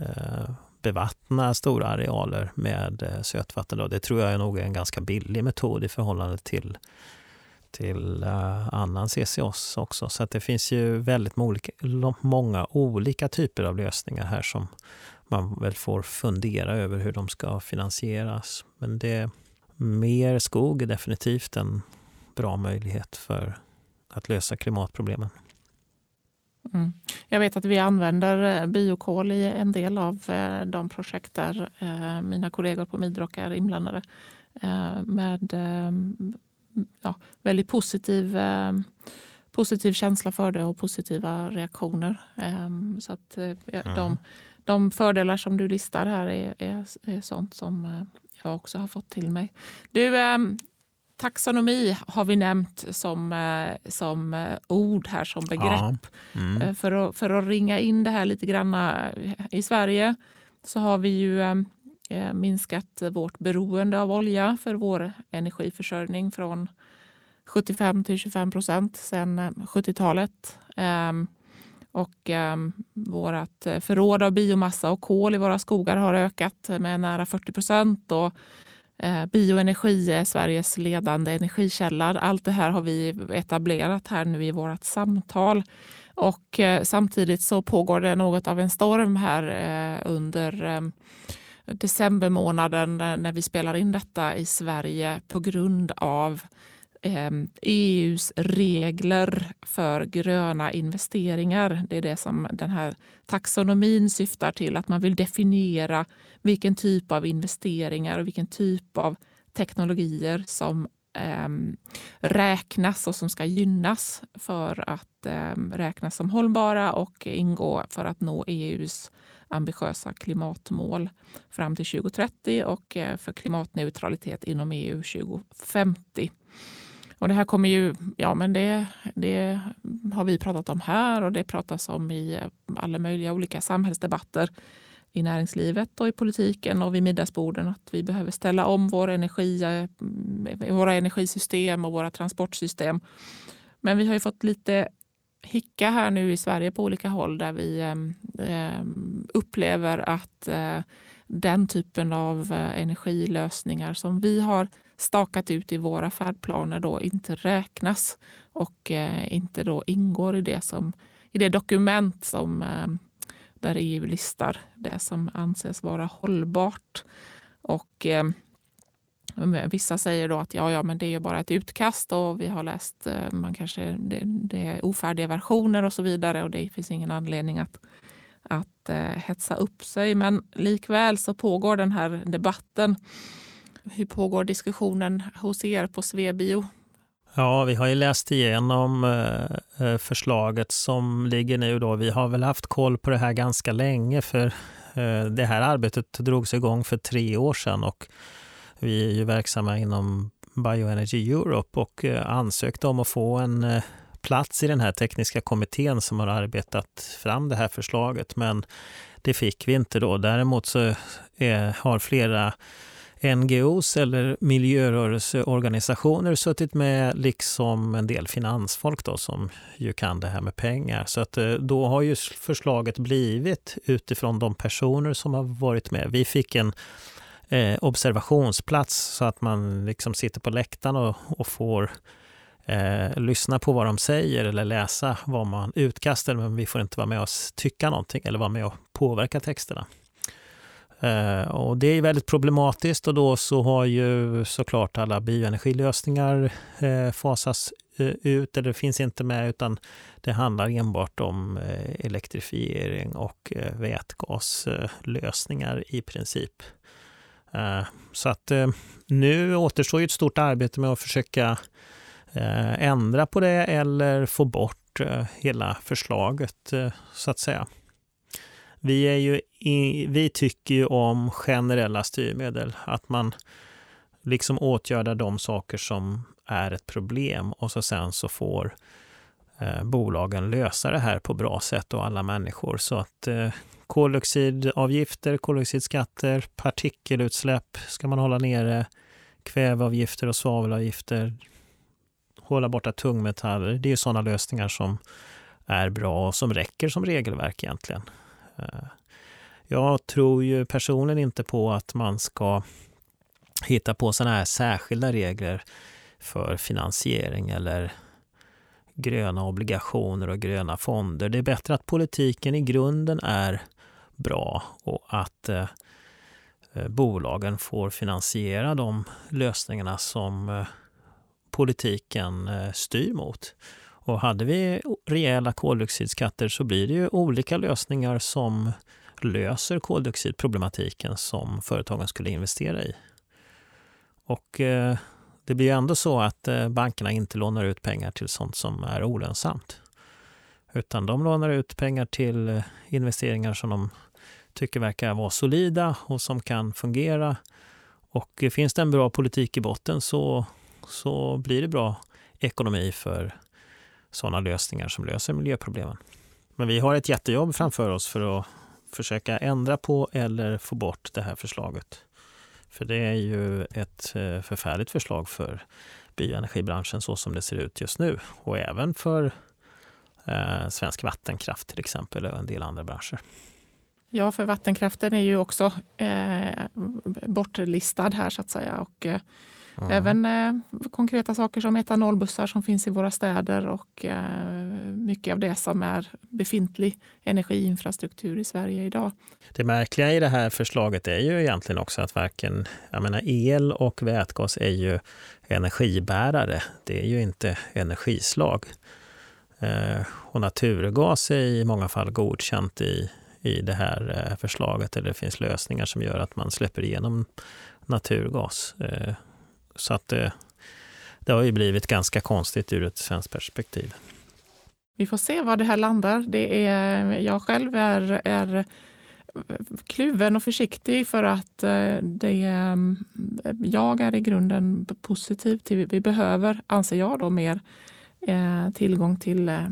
bevattna stora arealer med eh, sötvatten. Då. Det tror jag är nog en ganska billig metod i förhållande till, till eh, annan C C S också. Så att det finns ju väldigt olika, många olika typer av lösningar här som man väl får fundera över hur de ska finansieras. Men det, mer skog är definitivt en bra möjlighet för att lösa klimatproblemen. Mm. Jag vet att vi använder biokol i en del av de projekt där mina kollegor på Midrock är inblandade med ja, väldigt positiv, positiv känsla för det och positiva reaktioner. Så att de, de fördelar som du listar här är, är, är sånt som jag också har fått till mig. Du, taxonomi har vi nämnt som, som ord här, som begrepp. Ja. Mm. För, att, för att ringa in det här lite grann i Sverige så har vi ju eh, minskat vårt beroende av olja för vår energiförsörjning från sjuttiofem till tjugofem procent sedan sjuttiotalet. Eh, och eh, vårt förråd av biomassa och kol i våra skogar har ökat med nära fyrtio procent, och bioenergi är Sveriges ledande energikälla. Allt det här har vi etablerat här nu i vårt samtal. Och samtidigt så pågår det något av en storm här under decembermånaden när vi spelar in detta i Sverige på grund av E U:s regler för gröna investeringar. Det är det som den här taxonomin syftar till, att man vill definiera vilken typ av investeringar och vilken typ av teknologier som eh, räknas och som ska gynnas för att eh, räknas som hållbara och ingå för att nå E U:s ambitiösa klimatmål fram till tjugo trettio och eh, för klimatneutralitet inom E U tjugo femtio. Och det här kommer ju, ja men det, det har vi pratat om här och det pratas om i alla möjliga olika samhällsdebatter i näringslivet och i politiken och vid middagsborden att vi behöver ställa om vår energi, våra energisystem och våra transportsystem. Men vi har ju fått lite hicka här nu i Sverige på olika håll där vi eh, upplever att eh, den typen av eh, energilösningar som vi har stakat ut i våra färdplaner då inte räknas och eh, inte då ingår i det, som, i det dokument som eh, där E U listar det som anses vara hållbart. Och eh, vissa säger då att ja, ja, men det är ju bara ett utkast och vi har läst eh, man kanske, det, det är ofärdiga versioner och så vidare och det finns ingen anledning att, att eh, hetsa upp sig. Men likväl så pågår den här debatten. Hur pågår diskussionen hos er på Svebio? Ja, vi har ju läst igenom eh, förslaget som ligger nu då. Vi har väl haft koll på det här ganska länge, för eh, det här arbetet drogs igång för tre år sedan och vi är ju verksamma inom Bioenergy Europe och eh, ansökte om att få en eh, plats i den här tekniska kommittén som har arbetat fram det här förslaget, men det fick vi inte då. Däremot så eh, har flera N G O:s eller miljörörelseorganisationer suttit med, liksom en del finansfolk då, som ju kan det här med pengar. Så att då har ju förslaget blivit utifrån de personer som har varit med. Vi fick en eh, observationsplats så att man liksom sitter på läktaren och, och får eh, lyssna på vad de säger eller läsa vad man utkastar, men vi får inte vara med och tycka någonting eller vara med och påverka texterna. Uh, och det är väldigt problematiskt, och då så har ju såklart alla bioenergilösningar uh, fasas uh, ut, eller det finns inte med, utan det handlar enbart om uh, elektrifiering och uh, vätgaslösningar uh, i princip. Uh, så att uh, nu återstår ju ett stort arbete med att försöka uh, ändra på det eller få bort uh, hela förslaget uh, så att säga. Vi, är ju i, vi tycker ju om generella styrmedel, att man liksom åtgärdar de saker som är ett problem och så sen så får eh, bolagen lösa det här på bra sätt och alla människor. Så att eh, koldioxidavgifter, koldioxidskatter, partikelutsläpp ska man hålla nere, kväveavgifter och svavelavgifter, hålla borta tungmetaller. Det är ju sådana lösningar som är bra och som räcker som regelverk egentligen. Jag tror ju personligen inte på att man ska hitta på sådana här särskilda regler för finansiering eller gröna obligationer och gröna fonder. Det är bättre att politiken i grunden är bra och att eh, bolagen får finansiera de lösningarna som eh, politiken eh, styr mot. Och hade vi rejäla koldioxidskatter så blir det ju olika lösningar som löser koldioxidproblematiken som företagen skulle investera i. Och eh, det blir ju ändå så att eh, bankerna inte lånar ut pengar till sånt som är olönsamt. Utan de lånar ut pengar till eh, investeringar som de tycker verkar vara solida och som kan fungera. Och eh, finns det en bra politik i botten så, så blir det bra ekonomi för sådana lösningar som löser miljöproblemen. Men vi har ett jättejobb framför oss för att försöka ändra på eller få bort det här förslaget. För det är ju ett förfärligt förslag för bioenergibranschen så som det ser ut just nu. Och även för eh, svensk vattenkraft till exempel och en del andra branscher. Ja, för vattenkraften är ju också eh, bortlistad här så att säga. Och eh, mm. även eh, konkreta saker som etanolbussar som finns i våra städer och eh, mycket av det som är befintlig energiinfrastruktur i Sverige idag. Det märkliga i det här förslaget är ju egentligen också att varken, jag menar, el och vätgas är ju energibärare. Det är ju inte energislag. Eh, och naturgas är i många fall godkänt i i det här förslaget, eller det finns lösningar som gör att man släpper igenom naturgas. Så att det, det har ju blivit ganska konstigt ur ett svenskt perspektiv. Vi får se var det här landar. Det är, jag själv är, är kluven och försiktig för att det, jag är i grunden positiv till. Vi behöver, anser jag då, mer tillgång till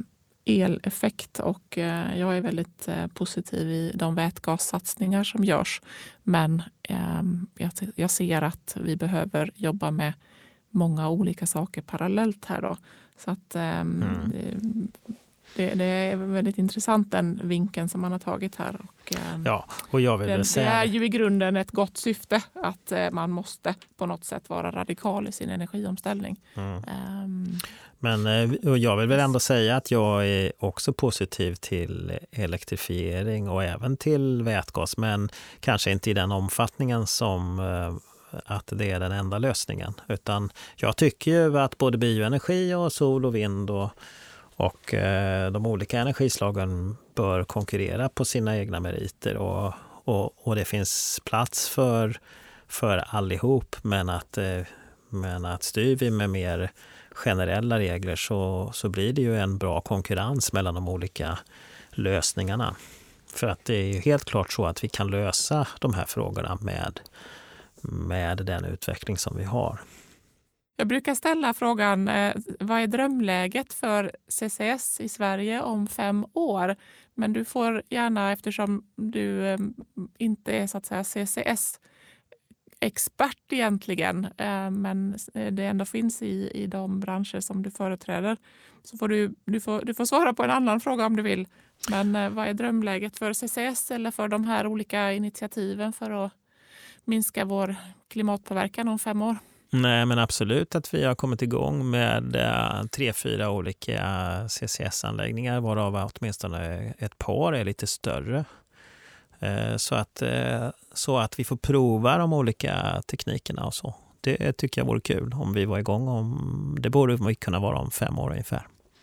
eleffekt och jag är väldigt positiv i de vätgassatsningar som görs. Men jag ser att vi behöver jobba med många olika saker parallellt här då. Så att mm. det, det är väldigt intressant den vinkeln som man har tagit här. Och, ja, och jag vill det, säga... det är ju i grunden ett gott syfte att man måste på något sätt vara radikal i sin energiomställning. Mm. Um, Men och jag vill väl ändå säga att jag är också positiv till elektrifiering och även till vätgas, men kanske inte i den omfattningen som att det är den enda lösningen. Utan jag tycker ju att både bioenergi och sol och vind och, och eh, de olika energislagen bör konkurrera på sina egna meriter och, och, och det finns plats för, för allihop, men att, eh, men att styr vi med mer generella regler så, så blir det ju en bra konkurrens mellan de olika lösningarna. För att det är ju helt klart så att vi kan lösa de här frågorna med med den utveckling som vi har. Jag brukar ställa frågan, eh, vad är drömläget för C C S i Sverige om fem år? Men du får gärna, eftersom du eh, inte är så att säga C C S-expert egentligen, eh, men det ändå finns i, i de branscher som du företräder, så får du, du, får, du får svara på en annan fråga om du vill. Men eh, vad är drömläget för C C S eller för de här olika initiativen för att minska vår klimatpåverkan om fem år? Nej, men absolut att vi har kommit igång med äh, tre, fyra olika C C S-anläggningar, varav åtminstone ett par är lite större. Eh, så, att, eh, så att vi får prova de olika teknikerna och så. Det tycker jag vore kul om vi var igång. Om, det borde vi kunna vara om fem år ungefär.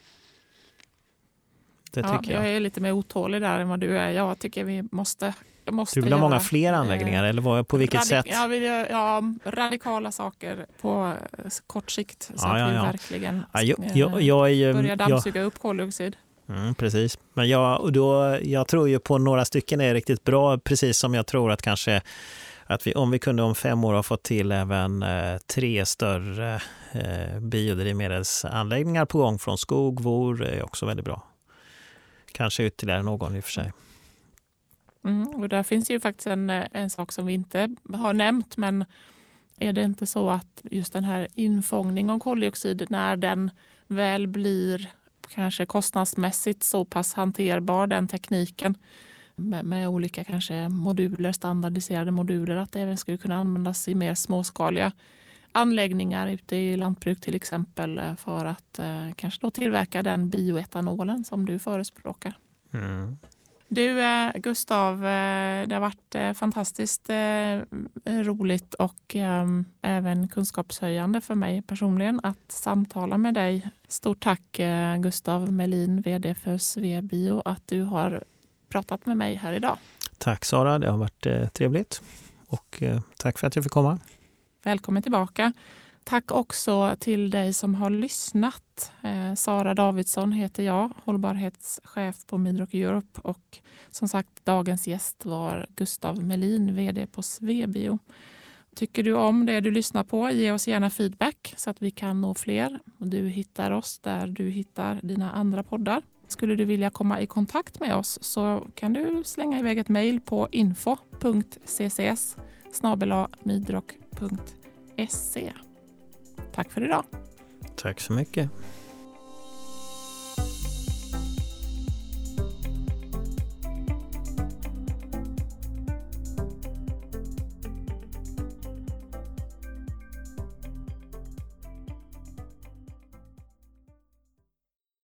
Det ja, tycker jag. Jag är lite mer otålig där än vad du är. Jag tycker vi måste... Du vill ha många fler anläggningar eh, eller vad, på vilket radik- sätt? Jag vill ja, radikala saker på kort sikt så ja, att ja, vi ja. verkligen ja, jag, jag, jag är, börjar dammsuga jag, upp koldioxid. Mm, precis. Men jag, och då, jag tror ju på några stycken är riktigt bra, precis som jag tror att kanske att vi, om vi kunde om fem år ha fått till även eh, tre större eh, biodrivmedelsanläggningar på gång från skog, vore också väldigt bra. Kanske ytterligare någon i och för sig. Mm, och där finns ju faktiskt en, en sak som vi inte har nämnt, men är det inte så att just den här infångning av koldioxid, när den väl blir kanske kostnadsmässigt så pass hanterbar, den tekniken med, med olika kanske moduler, standardiserade moduler, att det även skulle kunna användas i mer småskaliga anläggningar ute i lantbruk till exempel för att eh, kanske då tillverka den bioetanolen som du förespråkar. Mm. Du Gustav, det har varit fantastiskt roligt och även kunskapshöjande för mig personligen att samtala med dig. Stort tack Gustav Melin, vd för Svebio, att du har pratat med mig här idag. Tack Sara, det har varit trevligt och tack för att jag fick komma. Välkommen tillbaka. Tack också till dig som har lyssnat. Eh, Sara Davidsson heter jag, hållbarhetschef på Midrock Europe, och som sagt dagens gäst var Gustav Melin, vd på Svebio. Tycker du om det du lyssnar på, ge oss gärna feedback så att vi kan nå fler. Du hittar oss där du hittar dina andra poddar. Skulle du vilja komma i kontakt med oss så kan du slänga iväg ett mejl på info punkt c c s snabel-a midrock punkt se. Tack för idag. Tack så mycket.